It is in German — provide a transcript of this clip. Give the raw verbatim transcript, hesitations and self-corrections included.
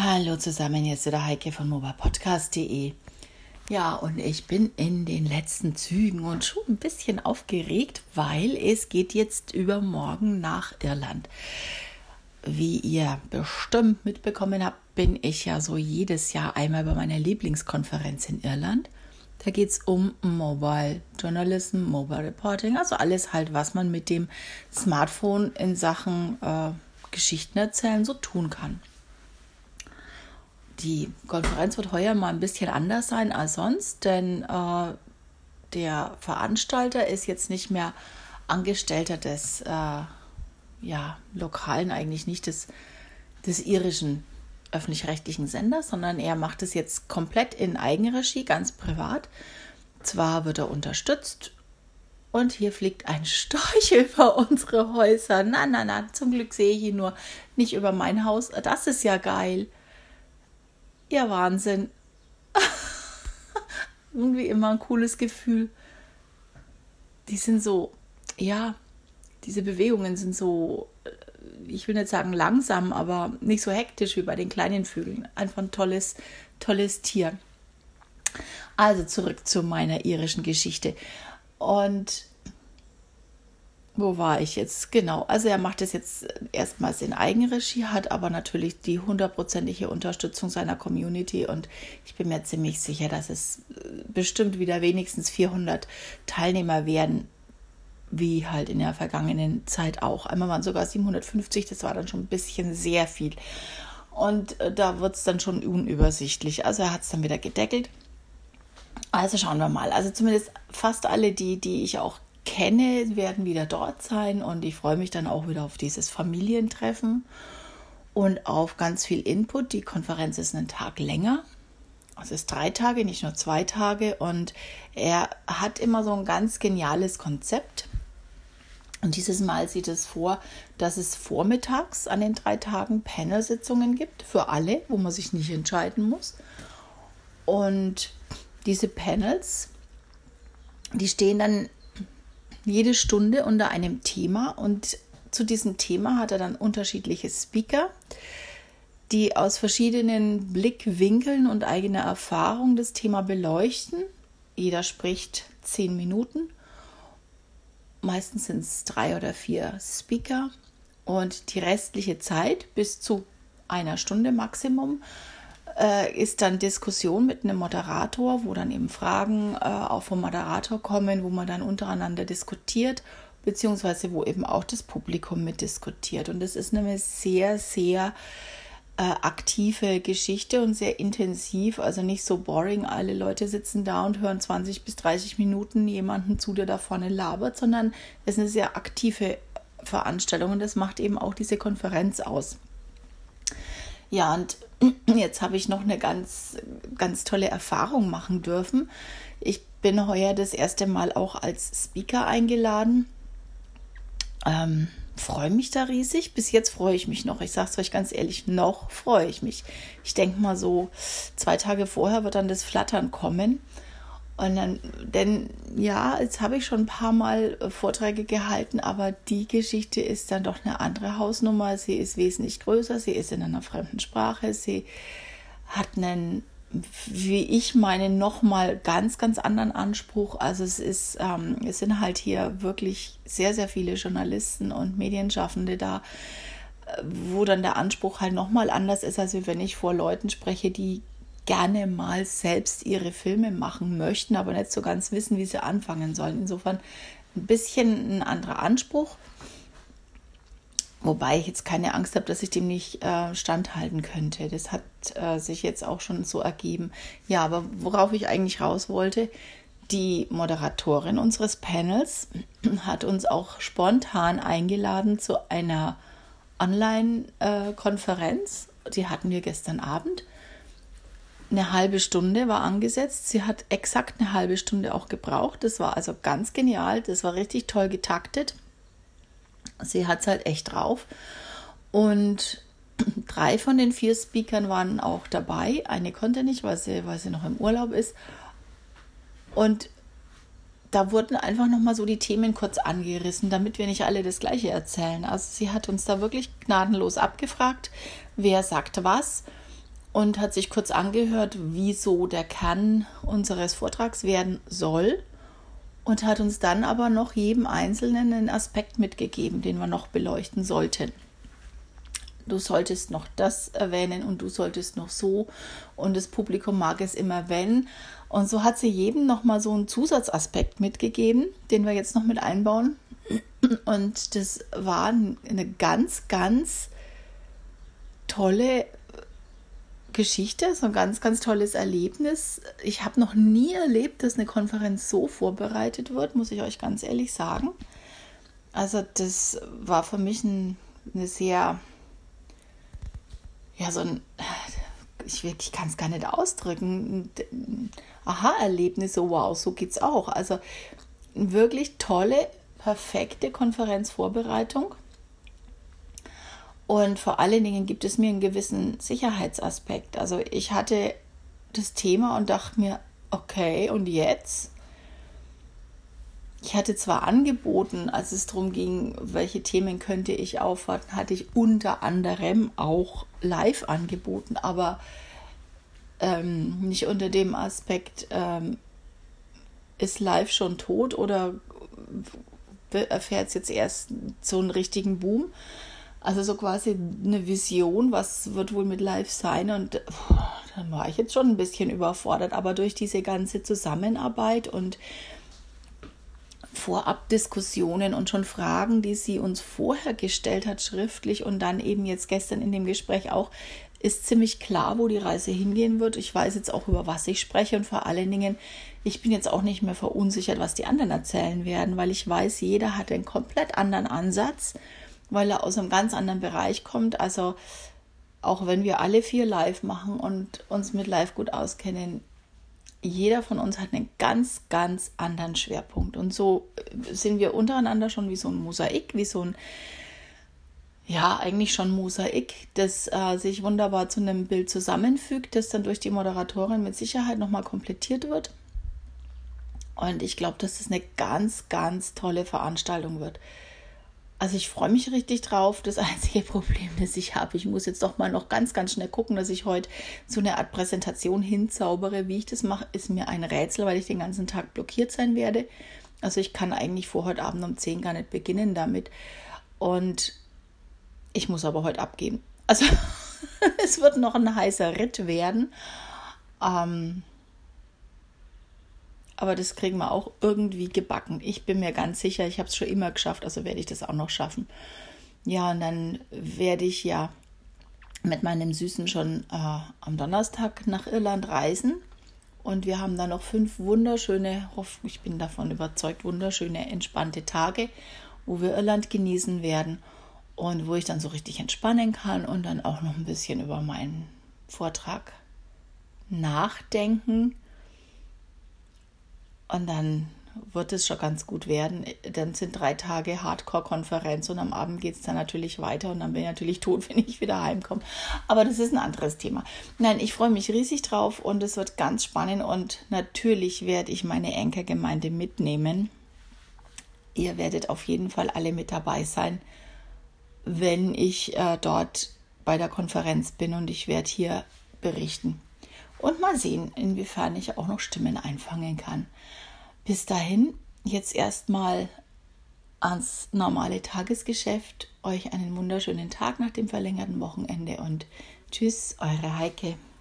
Hallo zusammen, hier ist wieder Heike von mobapodcast punkt de. Ja, und ich bin in den letzten Zügen und schon ein bisschen aufgeregt, weil es geht jetzt übermorgen nach Irland. Wie ihr bestimmt mitbekommen habt, bin ich ja so jedes Jahr einmal bei meiner Lieblingskonferenz in Irland. Da geht es um Mobile Journalism, Mobile Reporting, also alles halt, was man mit dem Smartphone in Sachen äh, Geschichten erzählen so tun kann. Die Konferenz wird heuer mal ein bisschen anders sein als sonst, denn äh, der Veranstalter ist jetzt nicht mehr Angestellter des äh, ja, lokalen, eigentlich nicht des, des irischen öffentlich-rechtlichen Senders, sondern er macht es jetzt komplett in Eigenregie, ganz privat. Zwar wird er unterstützt und hier fliegt ein Storch über unsere Häuser. Na, na, na, zum Glück sehe ich ihn nur nicht über mein Haus. Das ist ja geil. Ja, Wahnsinn. Irgendwie immer ein cooles Gefühl. Die sind so, ja, diese Bewegungen sind so, ich will nicht sagen langsam, aber nicht so hektisch wie bei den kleinen Vögeln. Einfach ein tolles, tolles Tier. Also zurück zu meiner irischen Geschichte. Und wo war ich jetzt? Genau, also er macht es jetzt erstmals in Eigenregie, hat aber natürlich die hundertprozentige Unterstützung seiner Community und ich bin mir ziemlich sicher, dass es bestimmt wieder wenigstens vierhundert Teilnehmer werden, wie halt in der vergangenen Zeit auch. Einmal waren sogar siebenhundertfünfzig, das war dann schon ein bisschen sehr viel. Und da wird es dann schon unübersichtlich. Also er hat es dann wieder gedeckelt. Also schauen wir mal. Also zumindest fast alle, die, die ich auch kenne, werden wieder dort sein und ich freue mich dann auch wieder auf dieses Familientreffen und auf ganz viel Input. Die Konferenz ist einen Tag länger, es ist drei Tage, nicht nur zwei Tage und er hat immer so ein ganz geniales Konzept und dieses Mal sieht es vor, dass es vormittags an den drei Tagen Panel-Sitzungen gibt für alle, wo man sich nicht entscheiden muss und diese Panels, die stehen dann jede Stunde unter einem Thema und zu diesem Thema hat er dann unterschiedliche Speaker, die aus verschiedenen Blickwinkeln und eigener Erfahrung das Thema beleuchten. Jeder spricht zehn Minuten, meistens sind es drei oder vier Speaker und die restliche Zeit bis zu einer Stunde Maximum ist dann Diskussion mit einem Moderator, wo dann eben Fragen äh, auch vom Moderator kommen, wo man dann untereinander diskutiert, beziehungsweise wo eben auch das Publikum mitdiskutiert. Und das ist eine sehr, sehr äh, aktive Geschichte und sehr intensiv, also nicht so boring, alle Leute sitzen da und hören zwanzig bis dreißig Minuten jemanden zu, der da vorne labert, sondern es ist eine sehr aktive Veranstaltung und das macht eben auch diese Konferenz aus. Ja, und jetzt habe ich noch eine ganz, ganz tolle Erfahrung machen dürfen. Ich bin heuer das erste Mal auch als Speaker eingeladen. Ähm, freue mich da riesig. Bis jetzt freue ich mich noch. Ich sage es euch ganz ehrlich, noch freue ich mich. Ich denke mal so, zwei Tage vorher wird dann das Flattern kommen. Und dann, denn ja, jetzt habe ich schon ein paar Mal Vorträge gehalten, aber die Geschichte ist dann doch eine andere Hausnummer. Sie ist wesentlich größer, sie ist in einer fremden Sprache, sie hat einen, wie ich meine, nochmal ganz, ganz anderen Anspruch. Also es ist, ähm, es sind halt hier wirklich sehr, sehr viele Journalisten und Medienschaffende da, wo dann der Anspruch halt nochmal anders ist, als wenn ich vor Leuten spreche, die gerne mal selbst ihre Filme machen möchten, aber nicht so ganz wissen, wie sie anfangen sollen. Insofern ein bisschen ein anderer Anspruch, wobei ich jetzt keine Angst habe, dass ich dem nicht äh, standhalten könnte. Das hat äh, sich jetzt auch schon so ergeben. Ja, aber worauf ich eigentlich raus wollte, die Moderatorin unseres Panels hat uns auch spontan eingeladen zu einer Online-Konferenz. Die hatten wir gestern Abend. Eine halbe Stunde war angesetzt. Sie hat exakt eine halbe Stunde auch gebraucht. Das war also ganz genial. Das war richtig toll getaktet. Sie hat es halt echt drauf. Und drei von den vier Speakern waren auch dabei. Eine konnte nicht, weil sie, weil sie noch im Urlaub ist. Und da wurden einfach nochmal so die Themen kurz angerissen, damit wir nicht alle das Gleiche erzählen. Also sie hat uns da wirklich gnadenlos abgefragt, wer sagt was. und hat sich kurz angehört, wieso der Kern unseres Vortrags werden soll und hat uns dann aber noch jedem Einzelnen einen Aspekt mitgegeben, den wir noch beleuchten sollten. Du solltest noch das erwähnen und du solltest noch so und das Publikum mag es immer wenn. Und so hat sie jedem nochmal so einen Zusatzaspekt mitgegeben, den wir jetzt noch mit einbauen. Und das war eine ganz, ganz tolle Geschichte, so ein ganz, ganz tolles Erlebnis. Ich habe noch nie erlebt, dass eine Konferenz so vorbereitet wird, muss ich euch ganz ehrlich sagen. Also das war für mich ein, eine sehr... Ja, so ein, ich, ich kann es gar nicht ausdrücken, ein Aha-Erlebnis, so wow, so geht's auch. Also wirklich tolle, perfekte Konferenzvorbereitung. Und vor allen Dingen gibt es mir einen gewissen Sicherheitsaspekt. Also ich hatte das Thema und dachte mir, okay, und jetzt? Ich hatte zwar angeboten, als es darum ging, welche Themen könnte ich aufwarten, hatte ich unter anderem auch live angeboten, aber ähm, nicht unter dem Aspekt, ähm, ist live schon tot oder erfährt es jetzt erst so einen richtigen Boom? Also so quasi eine Vision, was wird wohl mit live sein, und pff, dann war ich jetzt schon ein bisschen überfordert, aber durch diese ganze Zusammenarbeit und Vorabdiskussionen und schon Fragen, die sie uns vorher gestellt hat, schriftlich und dann eben jetzt gestern in dem Gespräch auch, ist ziemlich klar, wo die Reise hingehen wird. Ich weiß jetzt auch, über was ich spreche, und vor allen Dingen, ich bin jetzt auch nicht mehr verunsichert, was die anderen erzählen werden, weil ich weiß, jeder hat einen komplett anderen Ansatz, weil er aus einem ganz anderen Bereich kommt. Also auch wenn wir alle vier live machen und uns mit live gut auskennen, jeder von uns hat einen ganz, ganz anderen Schwerpunkt. Und so sind wir untereinander schon wie so ein Mosaik, wie so ein, ja, eigentlich schon Mosaik, das äh, sich wunderbar zu einem Bild zusammenfügt, das dann durch die Moderatorin mit Sicherheit nochmal komplettiert wird. Und ich glaube, dass das eine ganz, ganz tolle Veranstaltung wird. Also ich freue mich richtig drauf. Das einzige Problem, das ich habe, ich muss jetzt doch mal noch ganz, ganz schnell gucken, dass ich heute so eine Art Präsentation hinzaubere. Wie ich das mache, ist mir ein Rätsel, weil ich den ganzen Tag blockiert sein werde. Also ich kann eigentlich vor heute Abend um zehn gar nicht beginnen damit. Und ich muss aber heute abgeben. Also es wird noch ein heißer Ritt werden. Ähm... Aber das kriegen wir auch irgendwie gebacken. Ich bin mir ganz sicher, ich habe es schon immer geschafft, also werde ich das auch noch schaffen. Ja, und dann werde ich ja mit meinem Süßen schon äh, am Donnerstag nach Irland reisen. Und wir haben dann noch fünf wunderschöne, ich bin davon überzeugt, wunderschöne, entspannte Tage, wo wir Irland genießen werden und wo ich dann so richtig entspannen kann und dann auch noch ein bisschen über meinen Vortrag nachdenken. Und dann wird es schon ganz gut werden. Dann sind drei Tage Hardcore-Konferenz und am Abend geht es dann natürlich weiter und dann bin ich natürlich tot, wenn ich wieder heimkomme. Aber das ist ein anderes Thema. Nein, ich freue mich riesig drauf und es wird ganz spannend und natürlich werde ich meine Anchor-Gemeinde mitnehmen. Ihr werdet auf jeden Fall alle mit dabei sein, wenn ich äh, dort bei der Konferenz bin, und ich werde hier berichten. Und mal sehen, inwiefern ich auch noch Stimmen einfangen kann. Bis dahin, jetzt erstmal ans normale Tagesgeschäft. Euch einen wunderschönen Tag nach dem verlängerten Wochenende und tschüss, eure Heike.